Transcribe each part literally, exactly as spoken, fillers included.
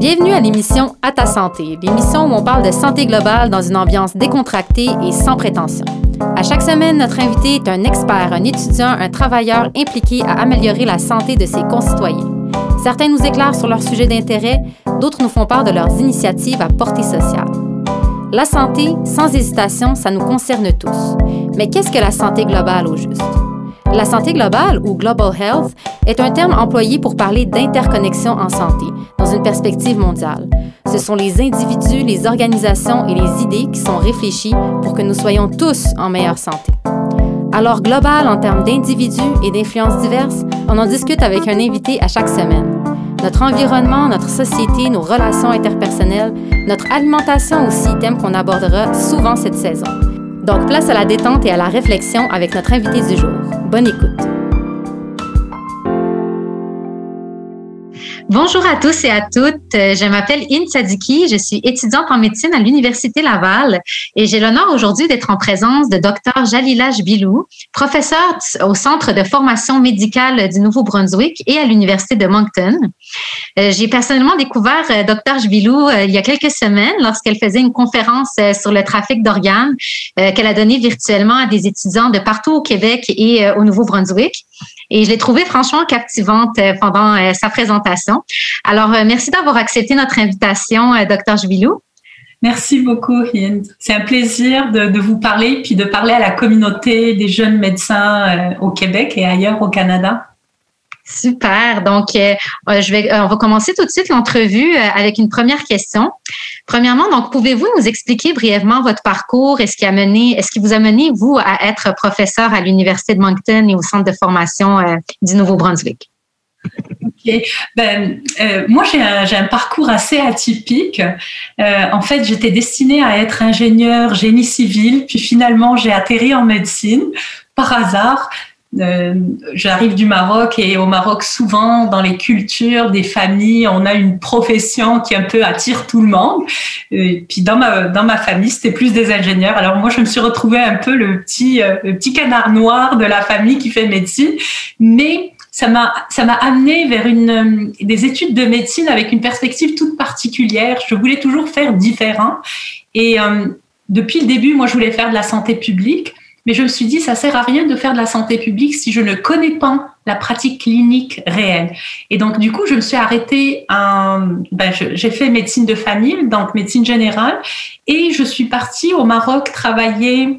Bienvenue à l'émission À ta santé, l'émission où on parle de santé globale dans une ambiance décontractée et sans prétention. À chaque semaine, notre invité est un expert, un étudiant, un travailleur impliqué à améliorer la santé de ses concitoyens. Certains nous éclairent sur leurs sujets d'intérêt, d'autres nous font part de leurs initiatives à portée sociale. La santé, sans hésitation, ça nous concerne tous. Mais qu'est-ce que la santé globale au juste? La santé globale, ou Global Health, est un terme employé pour parler d'interconnexion en santé, dans une perspective mondiale. Ce sont les individus, les organisations et les idées qui sont réfléchis pour que nous soyons tous en meilleure santé. Alors, global en termes d'individus et d'influences diverses, on en discute avec un invité à chaque semaine. Notre environnement, notre société, nos relations interpersonnelles, notre alimentation aussi, thème qu'on abordera souvent cette saison. Donc, place à la détente et à la réflexion avec notre invité du jour. Bonne écoute. Bonjour à tous et à toutes. Je m'appelle Ine Sadiki. Je suis étudiante en médecine à l'Université Laval et j'ai l'honneur aujourd'hui d'être en présence de Dr Jalila Jbilou, professeure au Centre de formation médicale du Nouveau-Brunswick et à l'Université de Moncton. J'ai personnellement découvert Dr Jbilou il y a quelques semaines lorsqu'elle faisait une conférence sur le trafic d'organes qu'elle a donnée virtuellement à des étudiants de partout au Québec et au Nouveau-Brunswick. Et je l'ai trouvée franchement captivante pendant sa présentation. Alors, merci d'avoir accepté notre invitation, Dr Jbilou. Merci beaucoup, Hind. C'est un plaisir de, de vous parler, puis de parler à la communauté des jeunes médecins au Québec et ailleurs au Canada. Super. Donc, euh, je vais, on va commencer tout de suite l'entrevue avec une première question. Premièrement, donc, pouvez-vous nous expliquer brièvement votre parcours et ce qui a mené, est-ce qui vous a mené, vous, à être professeur à l'Université de Moncton et au Centre de formation euh, du Nouveau-Brunswick? OK. Ben, euh, moi, j'ai un, j'ai un parcours assez atypique. Euh, en fait, j'étais destinée à être ingénieure génie civil, puis finalement, j'ai atterri en médecine par hasard. Euh, j'arrive du Maroc et au Maroc, souvent, dans les cultures des familles, on a une profession qui un peu attire tout le monde. Et puis dans ma dans ma famille, c'était plus des ingénieurs. Alors moi, je me suis retrouvée un peu le petit euh, le petit canard noir de la famille qui fait médecine, mais ça m'a ça m'a amené vers une des études de médecine avec une perspective toute particulière. Je voulais toujours faire différent et euh, depuis le début, moi, je voulais faire de la santé publique. Mais je me suis dit, ça sert à rien de faire de la santé publique si je ne connais pas la pratique clinique réelle. Et donc, du coup, je me suis arrêtée, à, ben, je, j'ai fait médecine de famille, donc médecine générale, et je suis partie au Maroc travailler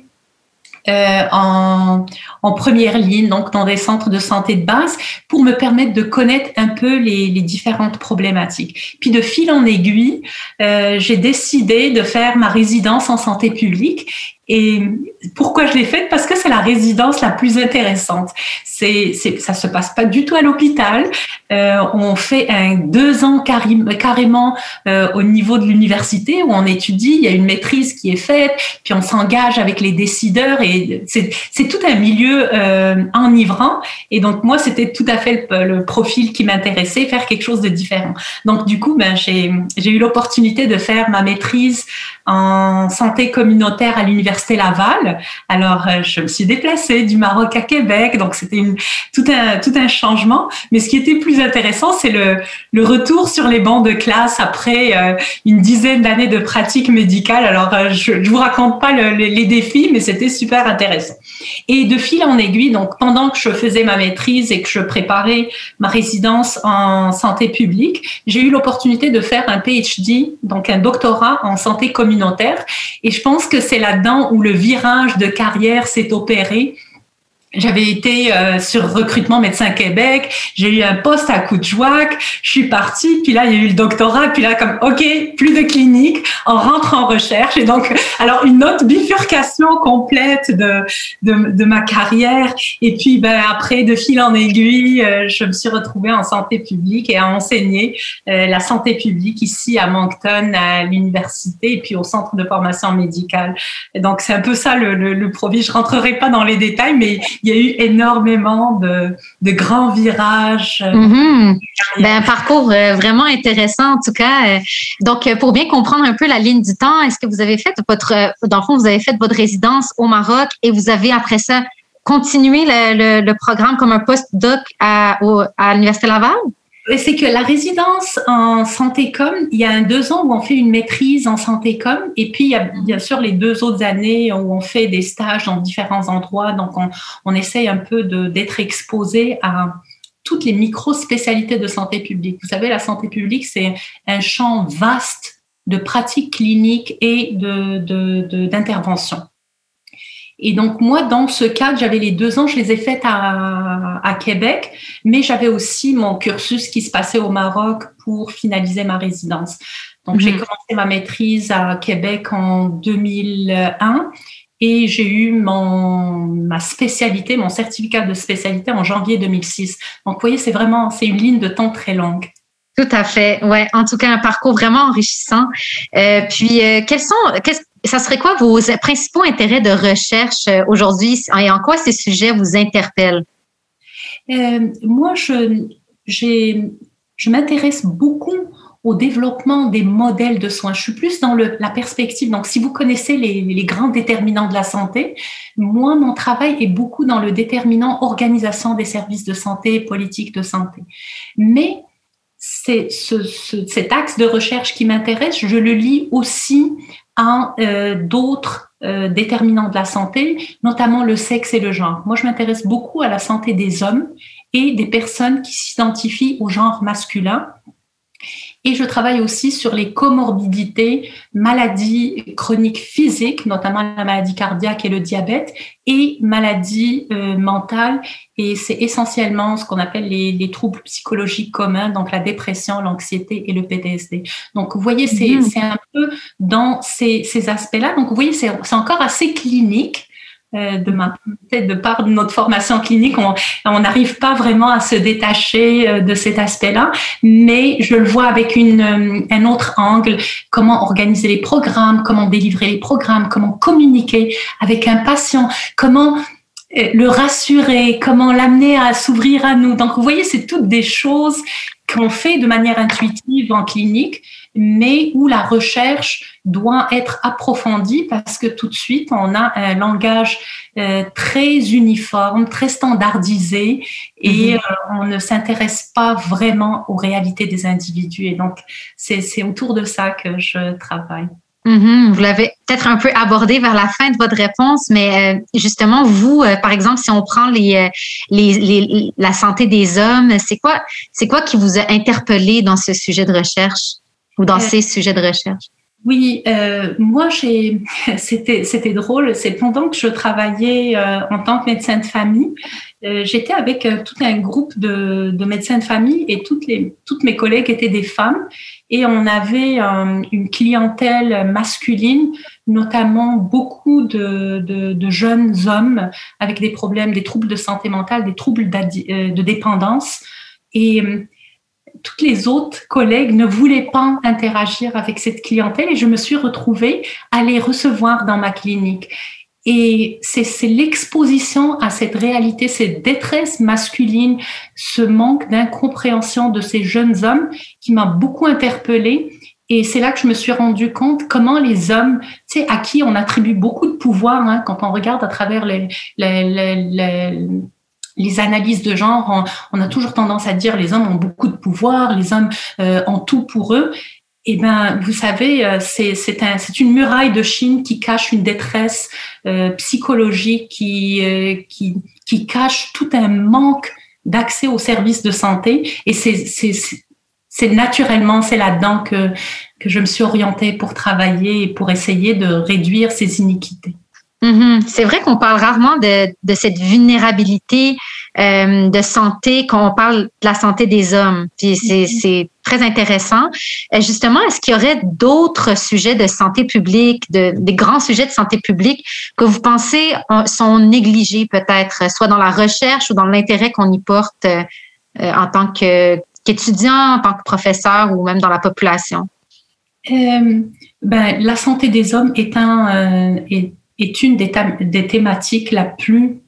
euh, en, en première ligne, donc dans des centres de santé de base, pour me permettre de connaître un peu les, les différentes problématiques. Puis de fil en aiguille, euh, j'ai décidé de faire ma résidence en santé publique. Et pourquoi je l'ai faite? Parce que c'est la résidence la plus intéressante. C'est, c'est, ça se passe pas du tout à l'hôpital. Euh, on fait un deux ans carré, carrément euh, au niveau de l'université où on étudie. Il y a une maîtrise qui est faite, puis on s'engage avec les décideurs et c'est, c'est tout un milieu euh, enivrant. Et donc moi, c'était tout à fait le, le profil qui m'intéressait, faire quelque chose de différent. Donc du coup, ben j'ai, j'ai eu l'opportunité de faire ma maîtrise en santé communautaire à l'Université Laval. Alors, euh, je me suis déplacée du Maroc à Québec, donc c'était une, tout un tout un changement. Mais ce qui était plus intéressant, c'est le le retour sur les bancs de classe après euh, une dizaine d'années de pratique médicale. Alors, euh, je je vous raconte pas le, les, les défis, mais c'était super intéressant. Et de fil en aiguille, donc pendant que je faisais ma maîtrise et que je préparais ma résidence en santé publique, j'ai eu l'opportunité de faire un P H D, donc un doctorat en santé communautaire. Et je pense que c'est là-dedans où le virage de carrière s'est opéré. J'avais été euh, sur Recrutement Médecins Québec, j'ai eu un poste à Coudjouac, je suis partie, puis là, il y a eu le doctorat, puis là, comme, OK, plus de clinique, on rentre en recherche. Et donc, alors, une autre bifurcation complète de, de, de ma carrière. Et puis, ben, après, de fil en aiguille, euh, je me suis retrouvée en santé publique et à enseigner euh, la santé publique ici à Moncton, à l'université, et puis au centre de formation médicale. Et donc, c'est un peu ça le, le, le profil. Je rentrerai pas dans les détails, mais il y a eu énormément de, de grands virages. Mm-hmm. Ben, un parcours euh, vraiment intéressant, en tout cas. Donc, pour bien comprendre un peu la ligne du temps, est-ce que vous avez fait votre, dans le fond, vous avez fait votre résidence au Maroc et vous avez, après ça, continué le, le, le programme comme un post-doc à, au, à l'Université Laval? C'est que la résidence en santé com, il y a un deux ans où on fait une maîtrise en santé com, et puis il y a bien sûr les deux autres années où on fait des stages dans différents endroits. Donc on, on essaye un peu de, d'être exposé à toutes les micro-spécialités de santé publique. Vous savez, la santé publique, c'est un champ vaste de pratiques cliniques et de, de, de, d'intervention. Et donc, moi, dans ce cadre, j'avais les deux ans, je les ai faites à, à Québec, mais j'avais aussi mon cursus qui se passait au Maroc pour finaliser ma résidence. Donc, mmh. j'ai commencé ma maîtrise à Québec en deux mille un et j'ai eu mon, ma spécialité, mon certificat de spécialité en janvier deux mille six. Donc, vous voyez, c'est vraiment, c'est une ligne de temps très longue. Tout à fait. Ouais. En tout cas, un parcours vraiment enrichissant. Euh, puis, euh, quels sont, qu'est-ce, ça serait quoi vos principaux intérêts de recherche aujourd'hui et en quoi ces sujets vous interpellent? Euh, moi, je, j'ai, je m'intéresse beaucoup au développement des modèles de soins. Je suis plus dans le, la perspective. Donc, si vous connaissez les, les grands déterminants de la santé, moi, mon travail est beaucoup dans le déterminant organisation des services de santé, politique de santé. Mais c'est ce, ce, cet axe de recherche qui m'intéresse, je le lie aussi à euh, d'autres euh, déterminants de la santé, notamment le sexe et le genre. Moi, je m'intéresse beaucoup à la santé des hommes et des personnes qui s'identifient au genre masculin. Et je travaille aussi sur les comorbidités, maladies chroniques physiques, notamment la maladie cardiaque et le diabète, et maladies euh, mentales. Et c'est essentiellement ce qu'on appelle les, les troubles psychologiques communs, donc la dépression, l'anxiété et le P T S D. Donc, vous voyez, c'est, mmh. c'est un peu dans ces, ces aspects-là. Donc, vous voyez, c'est, c'est encore assez clinique. Euh, de ma, peut-être de part de notre formation clinique, on on n'arrive pas vraiment à se détacher euh, de cet aspect-là, mais je le vois avec une euh, un autre angle, comment organiser les programmes, comment délivrer les programmes, comment communiquer avec un patient, comment euh, le rassurer, comment l'amener à s'ouvrir à nous. Donc vous voyez, c'est toutes des choses qu'on fait de manière intuitive en clinique, mais où la recherche doit être approfondie parce que tout de suite, on a un langage euh, très uniforme, très standardisé et mmh. euh, on ne s'intéresse pas vraiment aux réalités des individus. Et donc, c'est, c'est autour de ça que je travaille. Mm-hmm. Vous l'avez peut-être un peu abordé vers la fin de votre réponse, mais euh, justement, vous, euh, par exemple, si on prend les, euh, les, les, la santé des hommes, c'est quoi, c'est quoi qui vous a interpellé dans ce sujet de recherche ou dans euh, ces sujets de recherche? Oui, euh, moi, j'ai, c'était, c'était drôle. C'est pendant que je travaillais euh, en tant que médecin de famille, euh, j'étais avec euh, tout un groupe de, de médecins de famille et toutes les, toutes mes collègues étaient des femmes et on avait euh, une clientèle masculine, notamment beaucoup de, de, de jeunes hommes avec des problèmes, des troubles de santé mentale, des troubles euh, de dépendance et euh, toutes les autres collègues ne voulaient pas interagir avec cette clientèle et je me suis retrouvée à les recevoir dans ma clinique. Et c'est, c'est l'exposition à cette réalité, cette détresse masculine, ce manque d'incompréhension de ces jeunes hommes qui m'a beaucoup interpellée. Et c'est là que je me suis rendu compte comment les hommes, tu sais, à qui on attribue beaucoup de pouvoir, hein, quand on regarde à travers les... les, les, les les analyses de genre, on, on a toujours tendance à dire les hommes ont beaucoup de pouvoir, les hommes euh, ont tout pour eux. Eh ben, vous savez, c'est, c'est, un, c'est une muraille de Chine qui cache une détresse euh, psychologique, qui, euh, qui, qui cache tout un manque d'accès aux services de santé. Et c'est, c'est, c'est, c'est naturellement, c'est là-dedans que, que je me suis orientée pour travailler et pour essayer de réduire ces iniquités. Mm-hmm. C'est vrai qu'on parle rarement de, de cette vulnérabilité euh, de santé, quand on parle de la santé des hommes. Puis c'est, mm-hmm. c'est très intéressant. Euh, justement, est-ce qu'il y aurait d'autres sujets de santé publique, de, des grands sujets de santé publique que vous pensez sont négligés peut-être, soit dans la recherche ou dans l'intérêt qu'on y porte euh, en tant que, qu'étudiant, en tant que professeur ou même dans la population? Euh, ben, la santé des hommes est un... Euh, est est une des, tam- des thématiques la plus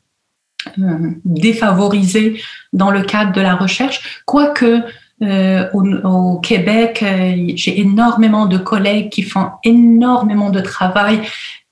euh, défavorisée dans le cadre de la recherche, quoique euh, au, au Québec, euh, j'ai énormément de collègues qui font énormément de travail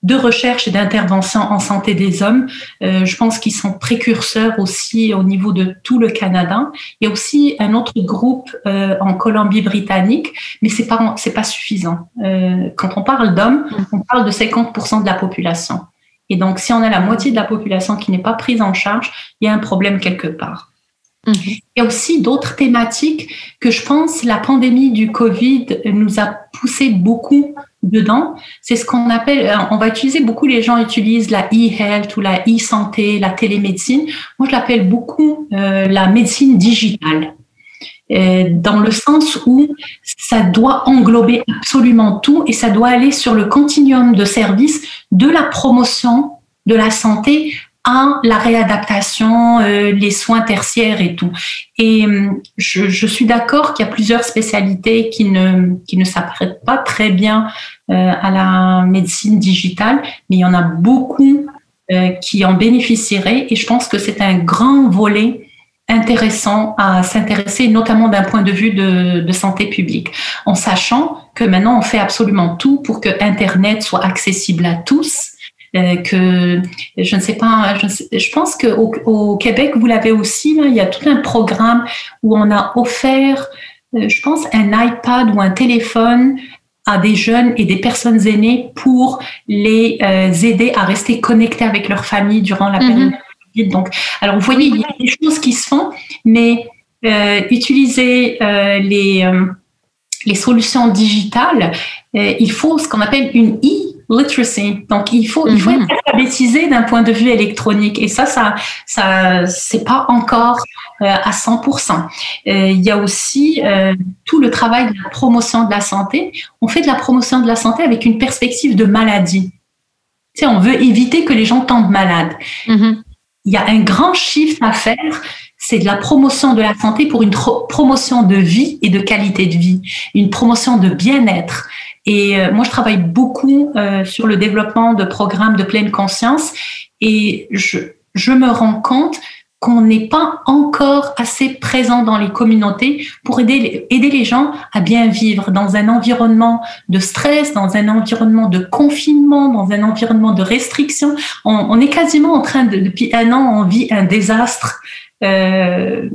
de recherche et d'intervention en santé des hommes. Euh, je pense qu'ils sont précurseurs aussi au niveau de tout le Canada. Il y a aussi un autre groupe euh, en Colombie-Britannique, mais c'est pas c'est pas suffisant. Euh, quand on parle d'hommes, on parle de cinquante pour cent de la population. Et donc, si on a la moitié de la population qui n'est pas prise en charge, il y a un problème quelque part. Mm-hmm. Il y a aussi d'autres thématiques que je pense la pandémie du Covid nous a poussé beaucoup dedans. C'est ce qu'on appelle, on va utiliser beaucoup, les gens utilisent la e-health ou la e-santé, la télémédecine. Moi, je l'appelle beaucoup euh, la médecine digitale. Euh, dans le sens où ça doit englober absolument tout et ça doit aller sur le continuum de services de la promotion de la santé à la réadaptation, euh, les soins tertiaires et tout. Et je, je suis d'accord qu'il y a plusieurs spécialités qui ne, qui ne s'apprêtent pas très bien euh, à la médecine digitale, mais il y en a beaucoup euh, qui en bénéficieraient et je pense que c'est un grand volet intéressant à s'intéresser, notamment d'un point de vue de, de santé publique, en sachant que maintenant on fait absolument tout pour que Internet soit accessible à tous. Euh, que je ne sais pas, je, sais, je pense qu'au au Québec, vous l'avez aussi, là, il y a tout un programme où on a offert, euh, je pense, un iPad ou un téléphone à des jeunes et des personnes aînées pour les euh, aider à rester connectés avec leur famille durant la période. Mm-hmm. Donc, alors vous voyez, il y a des choses qui se font, mais euh, utiliser euh, les, euh, les solutions digitales, euh, il faut ce qu'on appelle une e-literacy. Donc, il faut, mm-hmm. il faut être alphabétisé d'un point de vue électronique. Et ça, ça, ça c'est pas encore euh, à cent pour cent. Euh, il y a aussi euh, tout le travail de la promotion de la santé. On fait de la promotion de la santé avec une perspective de maladie. Tu sais, on veut éviter que les gens tombent malades. Mm-hmm. Il y a un grand chiffre à faire, c'est de la promotion de la santé pour une tro- promotion de vie et de qualité de vie, une promotion de bien-être. Et euh, moi, je travaille beaucoup euh, sur le développement de programmes de pleine conscience et je, je me rends compte qu'on n'est pas encore assez présent dans les communautés pour aider, aider les gens à bien vivre dans un environnement de stress, dans un environnement de confinement, dans un environnement de restriction. On, on est quasiment en train de, depuis un an, on vit un désastre euh,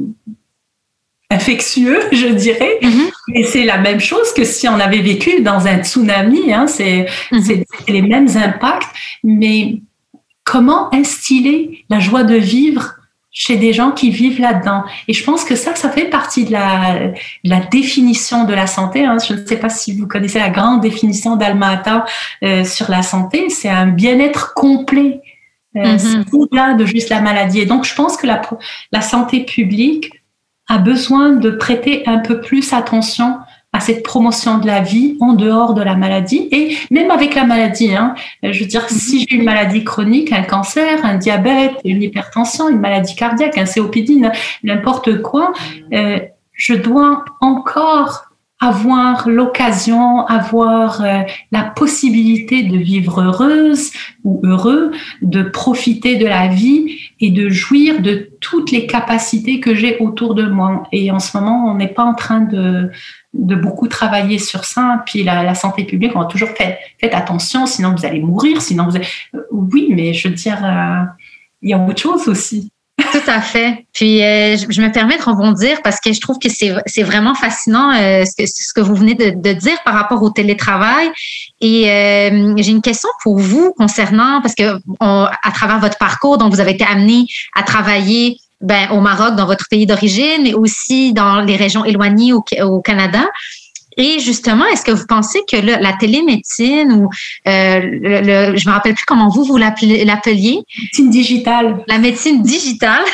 infectieux, je dirais. Mm-hmm. Et c'est la même chose que si on avait vécu dans un tsunami, hein, c'est, mm-hmm. c'est, c'est les mêmes impacts. Mais comment instiller la joie de vivre chez des gens qui vivent là-dedans. Et je pense que ça, ça fait partie de la, de la définition de la santé. Hein. Je ne sais pas si vous connaissez la grande définition d'Alma Ata euh, sur la santé. C'est un bien-être complet. Euh, mm-hmm. C'est au-delà de juste la maladie. Et donc, je pense que la, la santé publique a besoin de prêter un peu plus attention à cette promotion de la vie en dehors de la maladie et même avec la maladie. Hein. Je veux dire, si j'ai une maladie chronique, un cancer, un diabète, une hypertension, une maladie cardiaque, un C O P D, n'importe quoi, euh, je dois encore avoir l'occasion, avoir euh, la possibilité de vivre heureuse ou heureux, de profiter de la vie et de jouir de toutes les capacités que j'ai autour de moi. Et en ce moment, on n'est pas en train de de beaucoup travailler sur ça. Puis la, la santé publique, on a toujours fait faites attention, sinon vous allez mourir, sinon vous allez... Oui, mais je veux dire, euh, il y a autre chose aussi. Tout à fait. Puis euh, je, je me permets de rebondir parce que je trouve que c'est c'est vraiment fascinant euh, ce que ce que vous venez de, de dire par rapport au télétravail. Et euh, j'ai une question pour vous concernant parce que on, à travers votre parcours, donc vous avez été amené à travailler ben, au Maroc, dans votre pays d'origine, mais aussi dans les régions éloignées au, au Canada. Et justement, est-ce que vous pensez que le, la télémédecine ou euh, le, le, je me rappelle plus comment vous vous l'appeliez, l'appeliez. Médecine digitale. La médecine digitale.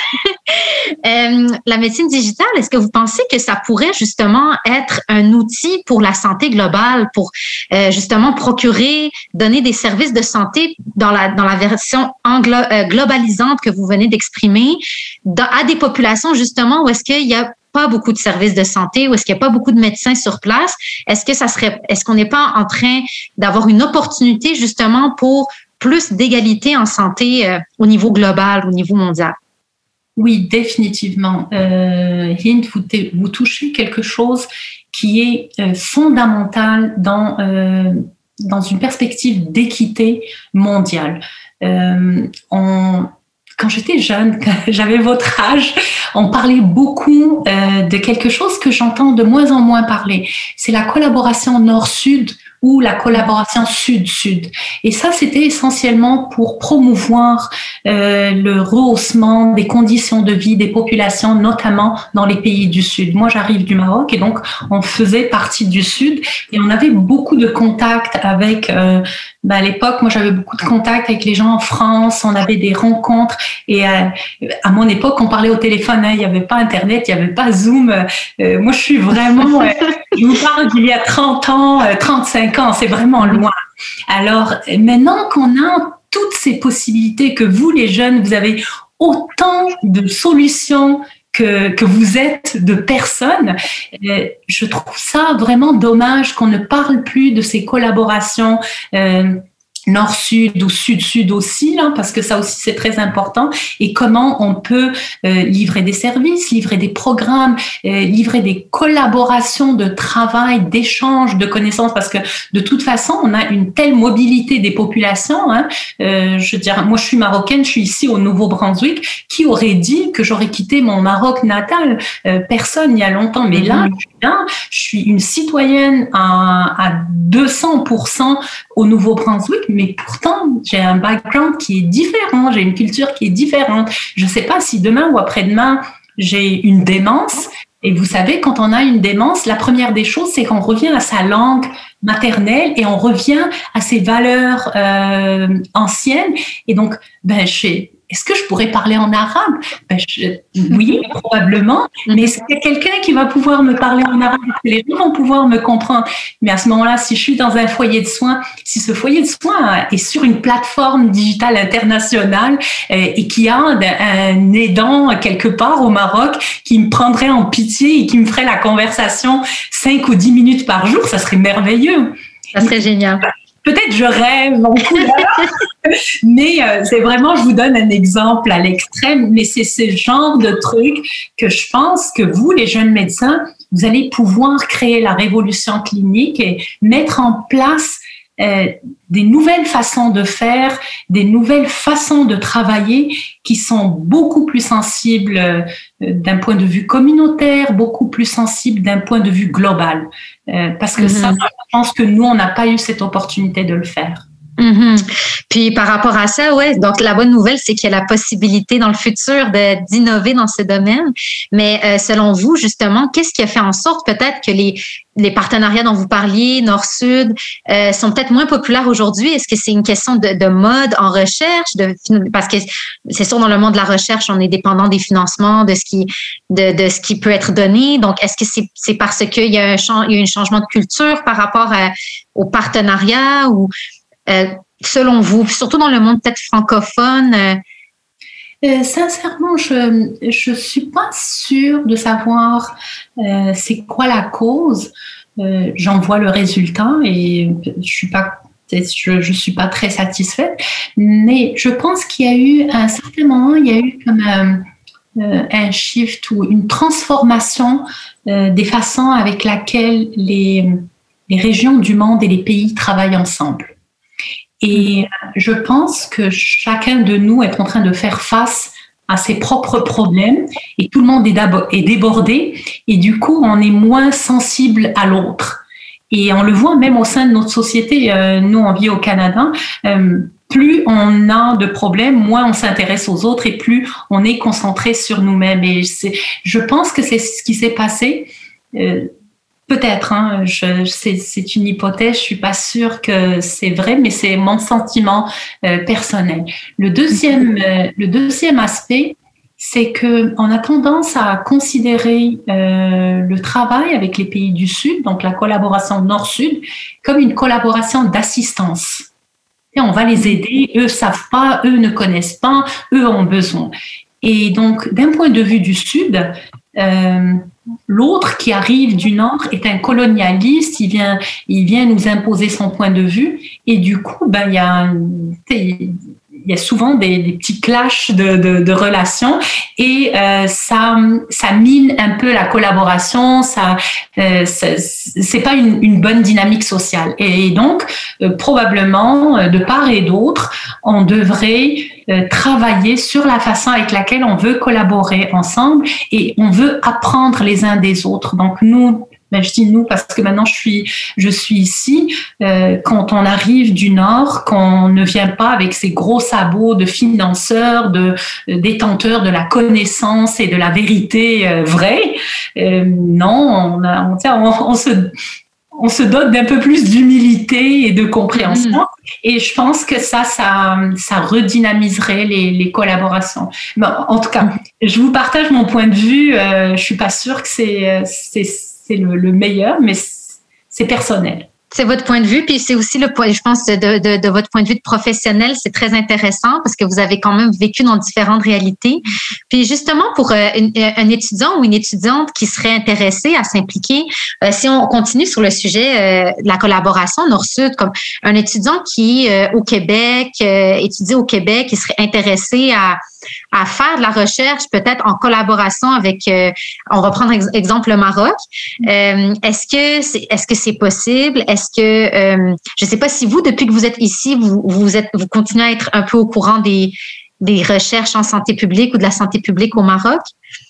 euh, la médecine digitale, est-ce que vous pensez que ça pourrait justement être un outil pour la santé globale, pour euh, justement procurer, donner des services de santé dans la dans la version anglo, euh, globalisante que vous venez d'exprimer dans, à des populations justement où est-ce qu'il y a pas beaucoup de services de santé, ou est-ce qu'il n'y a pas beaucoup de médecins sur place? Est-ce que ça serait, est-ce qu'on n'est pas en train d'avoir une opportunité justement pour plus d'égalité en santé euh, au niveau global, au niveau mondial? Oui, définitivement. Euh, Hind, vous, t- vous touchez quelque chose qui est euh, fondamental dans euh, dans une perspective d'équité mondiale. Euh, on, quand j'étais jeune, quand j'avais votre âge, on parlait beaucoup euh, de quelque chose que j'entends de moins en moins parler. C'est la collaboration Nord-Sud ou la collaboration Sud-Sud. Et ça, c'était essentiellement pour promouvoir euh, le rehaussement des conditions de vie des populations, notamment dans les pays du Sud. Moi, j'arrive du Maroc et donc on faisait partie du Sud et on avait beaucoup de contacts avec, euh, ben à l'époque, moi j'avais beaucoup de contacts avec les gens en France, on avait des rencontres et euh, à mon époque, on parlait au téléphone, hein, il n'y avait pas Internet, il n'y avait pas Zoom. Euh, moi, je suis vraiment, euh, je vous parle d'il y a trente ans, euh, trente-cinq ans, c'est vraiment loin. Alors, maintenant qu'on a toutes ces possibilités, que vous, les jeunes, vous avez autant de solutions que, que vous êtes de personnes, euh, je trouve ça vraiment dommage qu'on ne parle plus de ces collaborations euh, Nord-Sud ou Sud-Sud aussi, là, parce que ça aussi c'est très important, et comment on peut euh, livrer des services, livrer des programmes, euh, livrer des collaborations de travail, d'échange de connaissances, parce que de toute façon on a une telle mobilité des populations, hein, euh, je veux dire, moi je suis marocaine, je suis ici au Nouveau-Brunswick, qui aurait dit que j'aurais quitté mon Maroc natal? Euh, personne il y a longtemps, mais là, je suis là, je suis une citoyenne à, à deux cents pour cent au Nouveau-Brunswick, mais pourtant, j'ai un background qui est différent, j'ai une culture qui est différente. Je ne sais pas si demain ou après-demain, j'ai une démence. Et vous savez, quand on a une démence, la première des choses, c'est qu'on revient à sa langue maternelle et on revient à ses valeurs euh, anciennes. Et donc, ben, je est-ce que je pourrais parler en arabe? Ben, je, oui, probablement. Mais est-ce qu'il y a quelqu'un qui va pouvoir me parler en arabe? Est-ce que les gens vont pouvoir me comprendre? Mais à ce moment-là, si je suis dans un foyer de soins, si ce foyer de soins est sur une plateforme digitale internationale euh, et qu'il y a un, un aidant quelque part au Maroc qui me prendrait en pitié et qui me ferait la conversation cinq ou dix minutes par jour, ça serait merveilleux. Ça serait génial. Peut-être je rêve en couleur, mais euh, c'est vraiment, je vous donne un exemple à l'extrême, mais c'est ce genre de truc que je pense que vous, les jeunes médecins, vous allez pouvoir créer la révolution clinique et mettre en place euh, des nouvelles façons de faire, des nouvelles façons de travailler qui sont beaucoup plus sensibles euh, d'un point de vue communautaire, beaucoup plus sensibles d'un point de vue global. Euh, parce que mm-hmm. ça, je pense que nous, on n'a pas eu cette opportunité de le faire. Mm-hmm. Puis par rapport à ça, ouais, donc la bonne nouvelle, c'est qu'il y a la possibilité dans le futur de, d'innover dans ce domaine. Mais euh, selon vous, justement, qu'est-ce qui a fait en sorte peut-être que les, les partenariats dont vous parliez, Nord-Sud, euh, sont peut-être moins populaires aujourd'hui? Est-ce que c'est une question de, de mode en recherche? De, parce que c'est sûr, dans le monde de la recherche, on est dépendant des financements, de ce qui, de, de ce qui peut être donné. Donc, est-ce que c'est, c'est parce qu'il y a un, il y a un changement de culture par rapport à, au partenariat ou... Euh, selon vous, surtout dans le monde peut-être francophone? Euh... Euh, sincèrement, je je suis pas sûre de savoir euh, c'est quoi la cause. Euh, j'en vois le résultat et je suis pas je je suis pas très satisfaite. Mais je pense qu'il y a eu à un certain moment, il y a eu comme un, euh, un shift ou une transformation euh, des façons avec laquelle les les régions du monde et les pays travaillent ensemble. Et je pense que chacun de nous est en train de faire face à ses propres problèmes et tout le monde est, est débordé et du coup, on est moins sensible à l'autre. Et on le voit même au sein de notre société, euh, nous on vit au Canada, euh, plus on a de problèmes, moins on s'intéresse aux autres et plus on est concentré sur nous-mêmes. Et c'est, je pense que c'est ce qui s'est passé. Euh, Peut-être, hein, je, c'est, c'est une hypothèse, je suis pas sûre que c'est vrai, mais c'est mon sentiment euh, personnel. Le deuxième, euh, le deuxième aspect, c'est que on a tendance à considérer euh, le travail avec les pays du Sud, donc la collaboration Nord-Sud, comme une collaboration d'assistance. Et on va les aider, eux savent pas, eux ne connaissent pas, eux ont besoin. Et donc, d'un point de vue du Sud, euh, l'autre qui arrive du Nord est un colonialiste, il vient, il vient nous imposer son point de vue et du coup, ben, il y a, il il y a souvent des, des petits clashs de, de, de relations et euh, ça, ça mine un peu la collaboration. Ça, euh, ça c'est pas une, une bonne dynamique sociale. Et donc, euh, probablement, de part et d'autre, on devrait euh, travailler sur la façon avec laquelle on veut collaborer ensemble et on veut apprendre les uns des autres. Donc, nous, ben, je dis nous parce que maintenant je suis, je suis ici. Euh, quand on arrive du Nord, qu'on ne vient pas avec ces gros sabots de financeurs, de détenteurs de la connaissance et de la vérité euh, vraie. Euh, non, on, a, on, on, on se on se dote d'un peu plus d'humilité et de compréhension. Mmh. Et je pense que ça, ça, ça redynamiserait les, les collaborations. Bon, en tout cas, je vous partage mon point de vue. Euh, je suis pas sûre que c'est, c'est c'est le, le meilleur, mais c'est personnel. C'est votre point de vue, puis c'est aussi le point, je pense, de, de, de votre point de vue de professionnel, c'est très intéressant parce que vous avez quand même vécu dans différentes réalités. Puis justement, pour euh, une, un étudiant ou une étudiante qui serait intéressée à s'impliquer, euh, si on continue sur le sujet euh, de la collaboration Nord-Sud, comme un étudiant qui, euh, au Québec, euh, étudie au Québec, qui serait intéressé à à faire de la recherche peut-être en collaboration avec, euh, on va prendre ex- exemple le Maroc. Euh, est-ce que c'est, est-ce que c'est possible? Est-ce que, euh, je ne sais pas si vous, depuis que vous êtes ici, vous, vous êtes, vous continuez à être un peu au courant des, des recherches en santé publique ou de la santé publique au Maroc?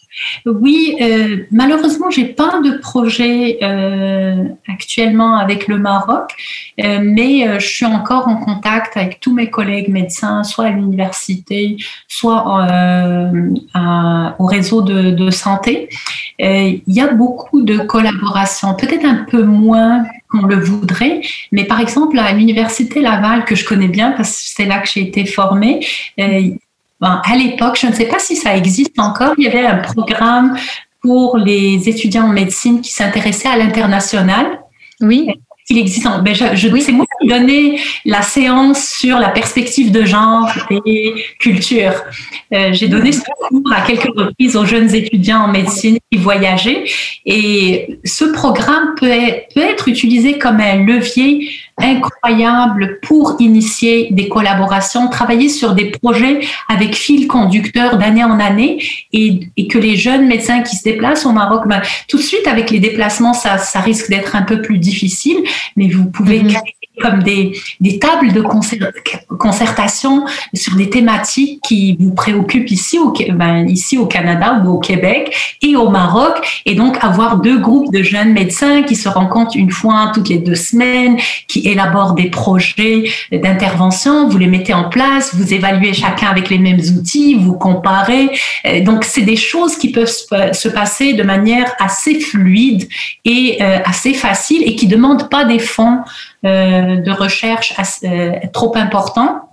Oui, euh, malheureusement, j'ai pas de projet euh, actuellement avec le Maroc, euh, mais euh, je suis encore en contact avec tous mes collègues médecins, soit à l'université, soit euh, à, au réseau de, de santé. Euh, il y a beaucoup de collaborations, peut-être un peu moins qu'on le voudrait, mais par exemple à l'université Laval, que je connais bien parce que c'est là que j'ai été formée, euh, Bon, à l'époque, je ne sais pas si ça existe encore, il y avait un programme pour les étudiants en médecine qui s'intéressaient à l'international. Oui. Il existe. En, ben je, je, oui. C'est moi qui donnais la séance sur la perspective de genre et culture. Euh, j'ai donné ce cours à quelques reprises aux jeunes étudiants en médecine qui voyageaient. Et ce programme peut être, peut être utilisé comme un levier incroyable pour initier des collaborations, travailler sur des projets avec fil conducteur d'année en année et, et que les jeunes médecins qui se déplacent au Maroc, ben, tout de suite avec les déplacements, ça, ça risque d'être un peu plus difficile, mais vous pouvez mm-hmm. créer comme des, des tables de concert, concertation sur des thématiques qui vous préoccupent ici au, ben, ici au Canada ou au Québec et au Maroc, et donc avoir deux groupes de jeunes médecins qui se rencontrent une fois toutes les deux semaines, qui élaborent des projets d'intervention, vous les mettez en place, vous évaluez chacun avec les mêmes outils, vous comparez. Donc, c'est des choses qui peuvent se passer de manière assez fluide et euh, assez facile et qui ne demandent pas des fonds euh, de recherche assez, euh, trop importants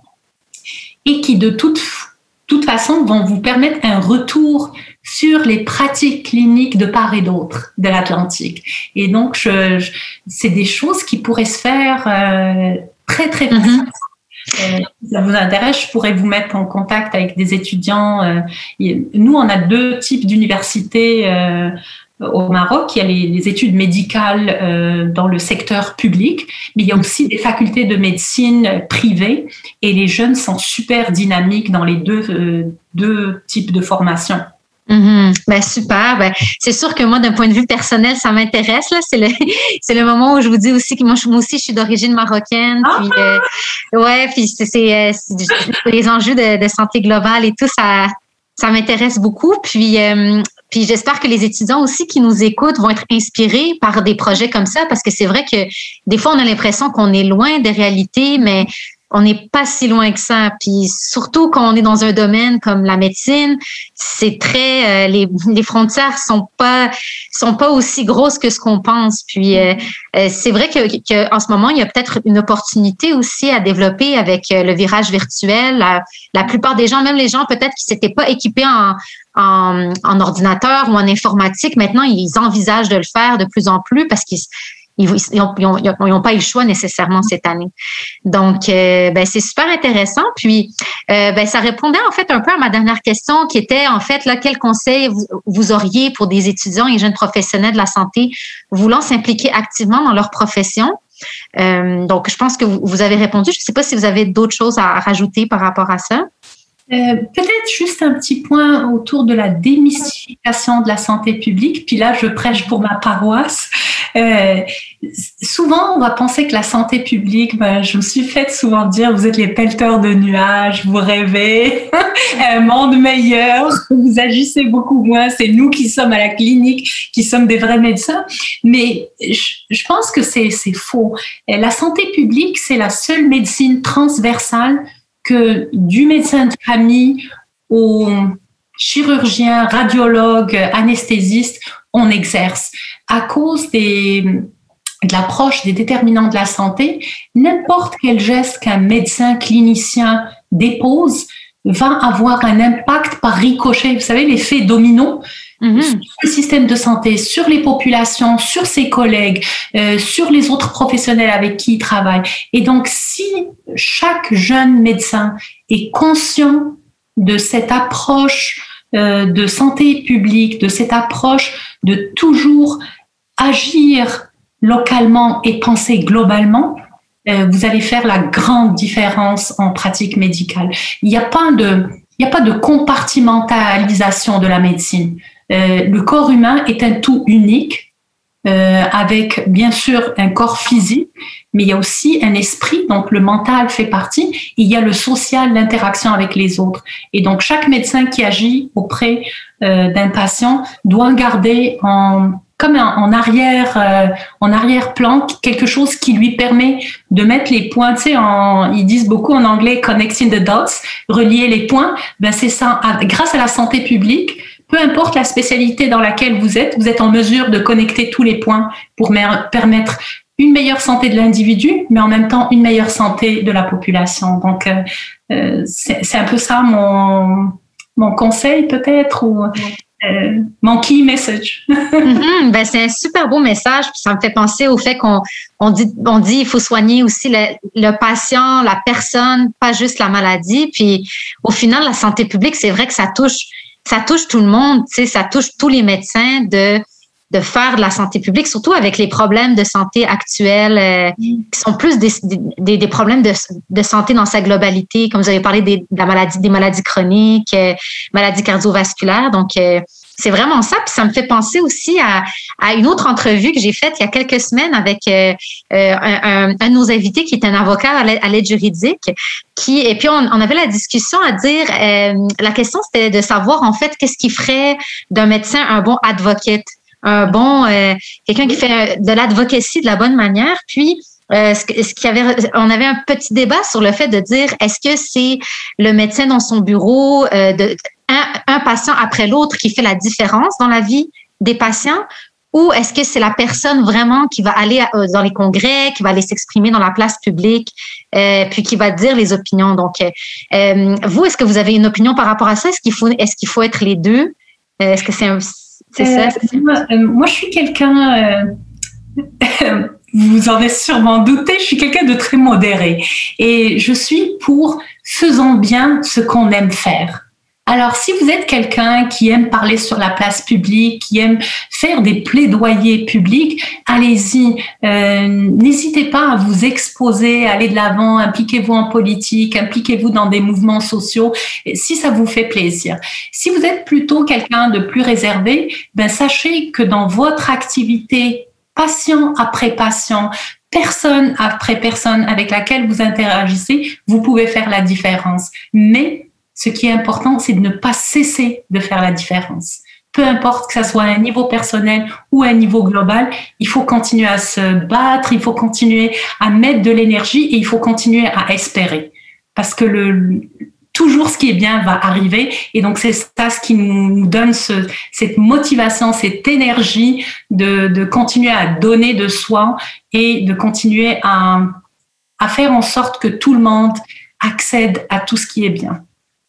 et qui, de toute, toute façon, vont vous permettre un retour sur les pratiques cliniques de part et d'autre de l'Atlantique. Et donc, je, je, c'est des choses qui pourraient se faire euh, très, très facilement. Mm-hmm. Euh, si ça vous intéresse, je pourrais vous mettre en contact avec des étudiants. Euh, nous, on a deux types d'universités euh, au Maroc. Il y a les, les études médicales euh, dans le secteur public, mais il y a aussi des facultés de médecine privées et les jeunes sont super dynamiques dans les deux, euh, deux types de formation. Mm-hmm. Ben super. Ben c'est sûr que moi, d'un point de vue personnel, ça m'intéresse là. C'est le c'est le moment où je vous dis aussi que moi, moi aussi, je suis d'origine marocaine. Ah! Puis euh, ouais, puis c'est, c'est, c'est les enjeux de, de santé globale et tout, ça ça m'intéresse beaucoup. Puis euh, puis j'espère que les étudiants aussi qui nous écoutent vont être inspirés par des projets comme ça, parce que c'est vrai que des fois on a l'impression qu'on est loin des réalités, mais on n'est pas si loin que ça. Puis surtout quand on est dans un domaine comme la médecine, c'est très euh, les les frontières sont pas sont pas aussi grosses que ce qu'on pense. Puis euh, euh, c'est vrai que, que en ce moment il y a peut-être une opportunité aussi à développer avec euh, le virage virtuel. La, la plupart des gens, même les gens peut-être qui s'étaient pas équipés en en, en ordinateur ou en informatique, maintenant ils envisagent de le faire de plus en plus parce qu'ils Ils n'ont ils ont, ils ont pas eu le choix nécessairement cette année. Donc, euh, ben, c'est super intéressant. Puis, euh, ben, ça répondait en fait un peu à ma dernière question qui était en fait, là, quel conseil vous, vous auriez pour des étudiants et jeunes professionnels de la santé voulant s'impliquer activement dans leur profession? Euh, donc, je pense que vous, vous avez répondu. Je ne sais pas si vous avez d'autres choses à rajouter par rapport à ça. Euh, peut-être juste un petit point autour de la démystification de la santé publique. Puis là, je prêche pour ma paroisse. Euh, souvent, on va penser que la santé publique, ben, je me suis faite souvent dire, vous êtes les pelleteurs de nuages, vous rêvez un monde meilleur, vous agissez beaucoup moins, c'est nous qui sommes à la clinique, qui sommes des vrais médecins. Mais je, je pense que c'est, c'est faux. La santé publique, c'est la seule médecine transversale que du médecin de famille au chirurgien, radiologue, anesthésiste, on exerce. À cause des, de l'approche des déterminants de la santé, n'importe quel geste qu'un médecin clinicien dépose va avoir un impact par ricochet. Vous savez, l'effet domino mm-hmm. sur le système de santé, sur les populations, sur ses collègues, euh, sur les autres professionnels avec qui il travaille. Et donc, si chaque jeune médecin est conscient de cette approche euh, de santé publique, de cette approche de toujours agir localement et penser globalement, euh, vous allez faire la grande différence en pratique médicale. Il n'y a pas de, il n'y a pas de compartimentalisation de la médecine. Euh, le corps humain est un tout unique, euh, avec bien sûr un corps physique, mais il y a aussi un esprit, donc le mental fait partie. Il y a le social, l'interaction avec les autres. Et donc chaque médecin qui agit auprès euh, d'un patient doit garder en comme en, en arrière, euh, en arrière-plan, quelque chose qui lui permet de mettre les points, tu sais, en, ils disent beaucoup en anglais connecting the dots, relier les points. Ben c'est ça. Grâce à la santé publique, peu importe la spécialité dans laquelle vous êtes, vous êtes en mesure de connecter tous les points pour me- permettre une meilleure santé de l'individu, mais en même temps une meilleure santé de la population. Donc, euh, euh, c'est, c'est un peu ça mon mon conseil peut-être ou. Euh, mon key message. mm-hmm, ben c'est un super beau message. Puis ça me fait penser au fait qu'on on dit on dit il faut soigner aussi le, le patient, la personne, pas juste la maladie. Puis au final, la santé publique, c'est vrai que ça touche ça touche tout le monde. Tu sais, ça touche tous les médecins de de faire de la santé publique, surtout avec les problèmes de santé actuels euh, qui sont plus des, des, des problèmes de, de santé dans sa globalité, comme vous avez parlé des, de la maladie, des maladies chroniques, euh, maladies cardiovasculaires. Donc, euh, c'est vraiment ça. Puis ça me fait penser aussi à, à une autre entrevue que j'ai faite il y a quelques semaines avec euh, euh, un, un, un de nos invités qui est un avocat à l'aide, à l'aide juridique. Qui, et puis, on, on avait la discussion à dire, euh, la question, c'était de savoir, en fait, qu'est-ce qui ferait d'un médecin un bon advocate, un bon, euh, quelqu'un qui fait de l'advocacy de la bonne manière. Puis, euh, ce, ce qu'il y avait, on avait un petit débat sur le fait de dire, est-ce que c'est le médecin dans son bureau, euh, de, un, un patient après l'autre qui fait la différence dans la vie des patients, ou est-ce que c'est la personne vraiment qui va aller euh, dans les congrès, qui va aller s'exprimer dans la place publique, euh, puis qui va dire les opinions. Donc, euh, vous, est-ce que vous avez une opinion par rapport à ça? Est-ce qu'il faut, est-ce qu'il faut être les deux? Euh, est-ce que c'est un C'est euh, ça. Moi, euh, moi, je suis quelqu'un, euh, vous en avez sûrement douté, je suis quelqu'un de très modéré. Et je suis pour faisons bien ce qu'on aime faire. Alors, si vous êtes quelqu'un qui aime parler sur la place publique, qui aime faire des plaidoyers publics, allez-y. Euh, n'hésitez pas à vous exposer, à aller de l'avant, impliquez-vous en politique, impliquez-vous dans des mouvements sociaux, si ça vous fait plaisir. Si vous êtes plutôt quelqu'un de plus réservé, ben sachez que dans votre activité, patient après patient, personne après personne avec laquelle vous interagissez, vous pouvez faire la différence. Mais ce qui est important, c'est de ne pas cesser de faire la différence. Peu importe que ça soit à un niveau personnel ou à un niveau global, il faut continuer à se battre, il faut continuer à mettre de l'énergie et il faut continuer à espérer. Parce que le, toujours ce qui est bien va arriver. Et donc, c'est ça ce qui nous donne ce, cette motivation, cette énergie de, de continuer à donner de soi et de continuer à, à faire en sorte que tout le monde accède à tout ce qui est bien.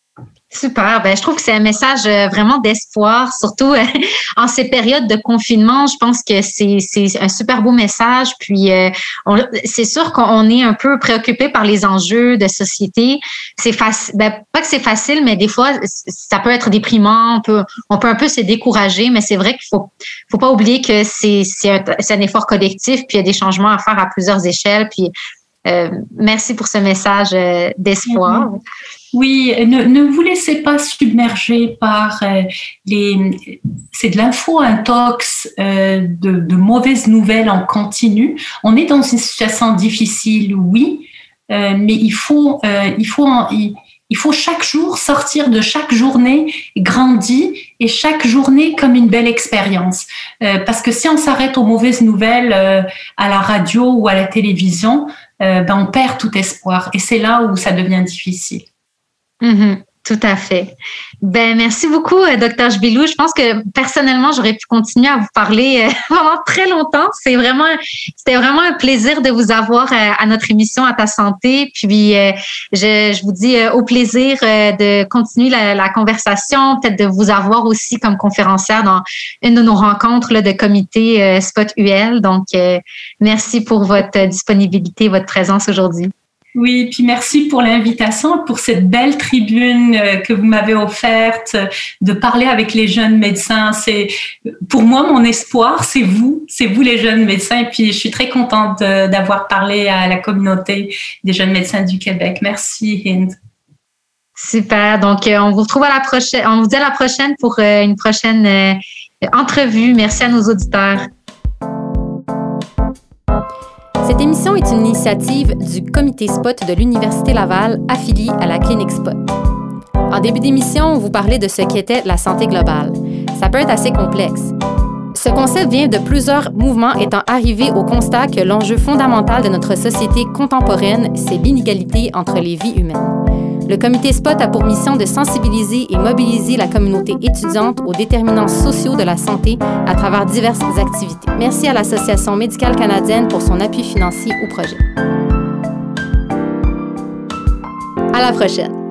Super. Ben, je trouve que c'est un message vraiment d'espoir, surtout en ces périodes de confinement. Je pense que c'est, c'est un super beau message. Puis, euh, on, c'est sûr qu'on est un peu préoccupé par les enjeux de société. C'est facile, ben, pas que c'est facile, mais des fois, ça peut être déprimant. On peut, on peut un peu se décourager, mais c'est vrai qu'il faut, faut pas oublier que c'est, c'est un, c'est un effort collectif. Puis, il y a des changements à faire à plusieurs échelles. Puis, euh, merci pour ce message euh, d'espoir. Mm-hmm. Oui, ne, ne vous laissez pas submerger par euh, les... C'est de l'info-intox, euh, de, de mauvaises nouvelles en continu. On est dans une situation difficile, oui, euh, mais il faut, euh, il, faut en, il, il faut chaque jour sortir de chaque journée grandi et chaque journée comme une belle expérience. Euh, parce que si on s'arrête aux mauvaises nouvelles euh, à la radio ou à la télévision, euh, ben on perd tout espoir. Et c'est là où ça devient difficile. Mm-hmm, tout à fait. Ben merci beaucoup, docteur Jbilou. Je pense que personnellement, j'aurais pu continuer à vous parler euh, pendant très longtemps. C'est vraiment, c'était vraiment un plaisir de vous avoir euh, à notre émission À ta santé. Puis, euh, je, je vous dis euh, au plaisir euh, de continuer la, la conversation, peut-être de vous avoir aussi comme conférencière dans une de nos rencontres là, de comité euh, Spot U L. Donc, euh, merci pour votre disponibilité, votre présence aujourd'hui. Oui, puis merci pour l'invitation, pour cette belle tribune que vous m'avez offerte, de parler avec les jeunes médecins. C'est, pour moi, mon espoir, c'est vous, c'est vous les jeunes médecins. Et puis, je suis très contente de, d'avoir parlé à la communauté des jeunes médecins du Québec. Merci, Hind. Super. Donc, on vous retrouve à la prochaine, on vous dit à la prochaine pour une prochaine entrevue. Merci à nos auditeurs. Cette émission est une initiative du Comité Spot de l'Université Laval, affilié à la Clinique Spot. En début d'émission, on vous parlait de ce qu'était la santé globale. Ça peut être assez complexe. Ce concept vient de plusieurs mouvements étant arrivés au constat que l'enjeu fondamental de notre société contemporaine, c'est l'inégalité entre les vies humaines. Le Comité Spot a pour mission de sensibiliser et mobiliser la communauté étudiante aux déterminants sociaux de la santé à travers diverses activités. Merci à l'Association médicale canadienne pour son appui financier au projet. À la prochaine!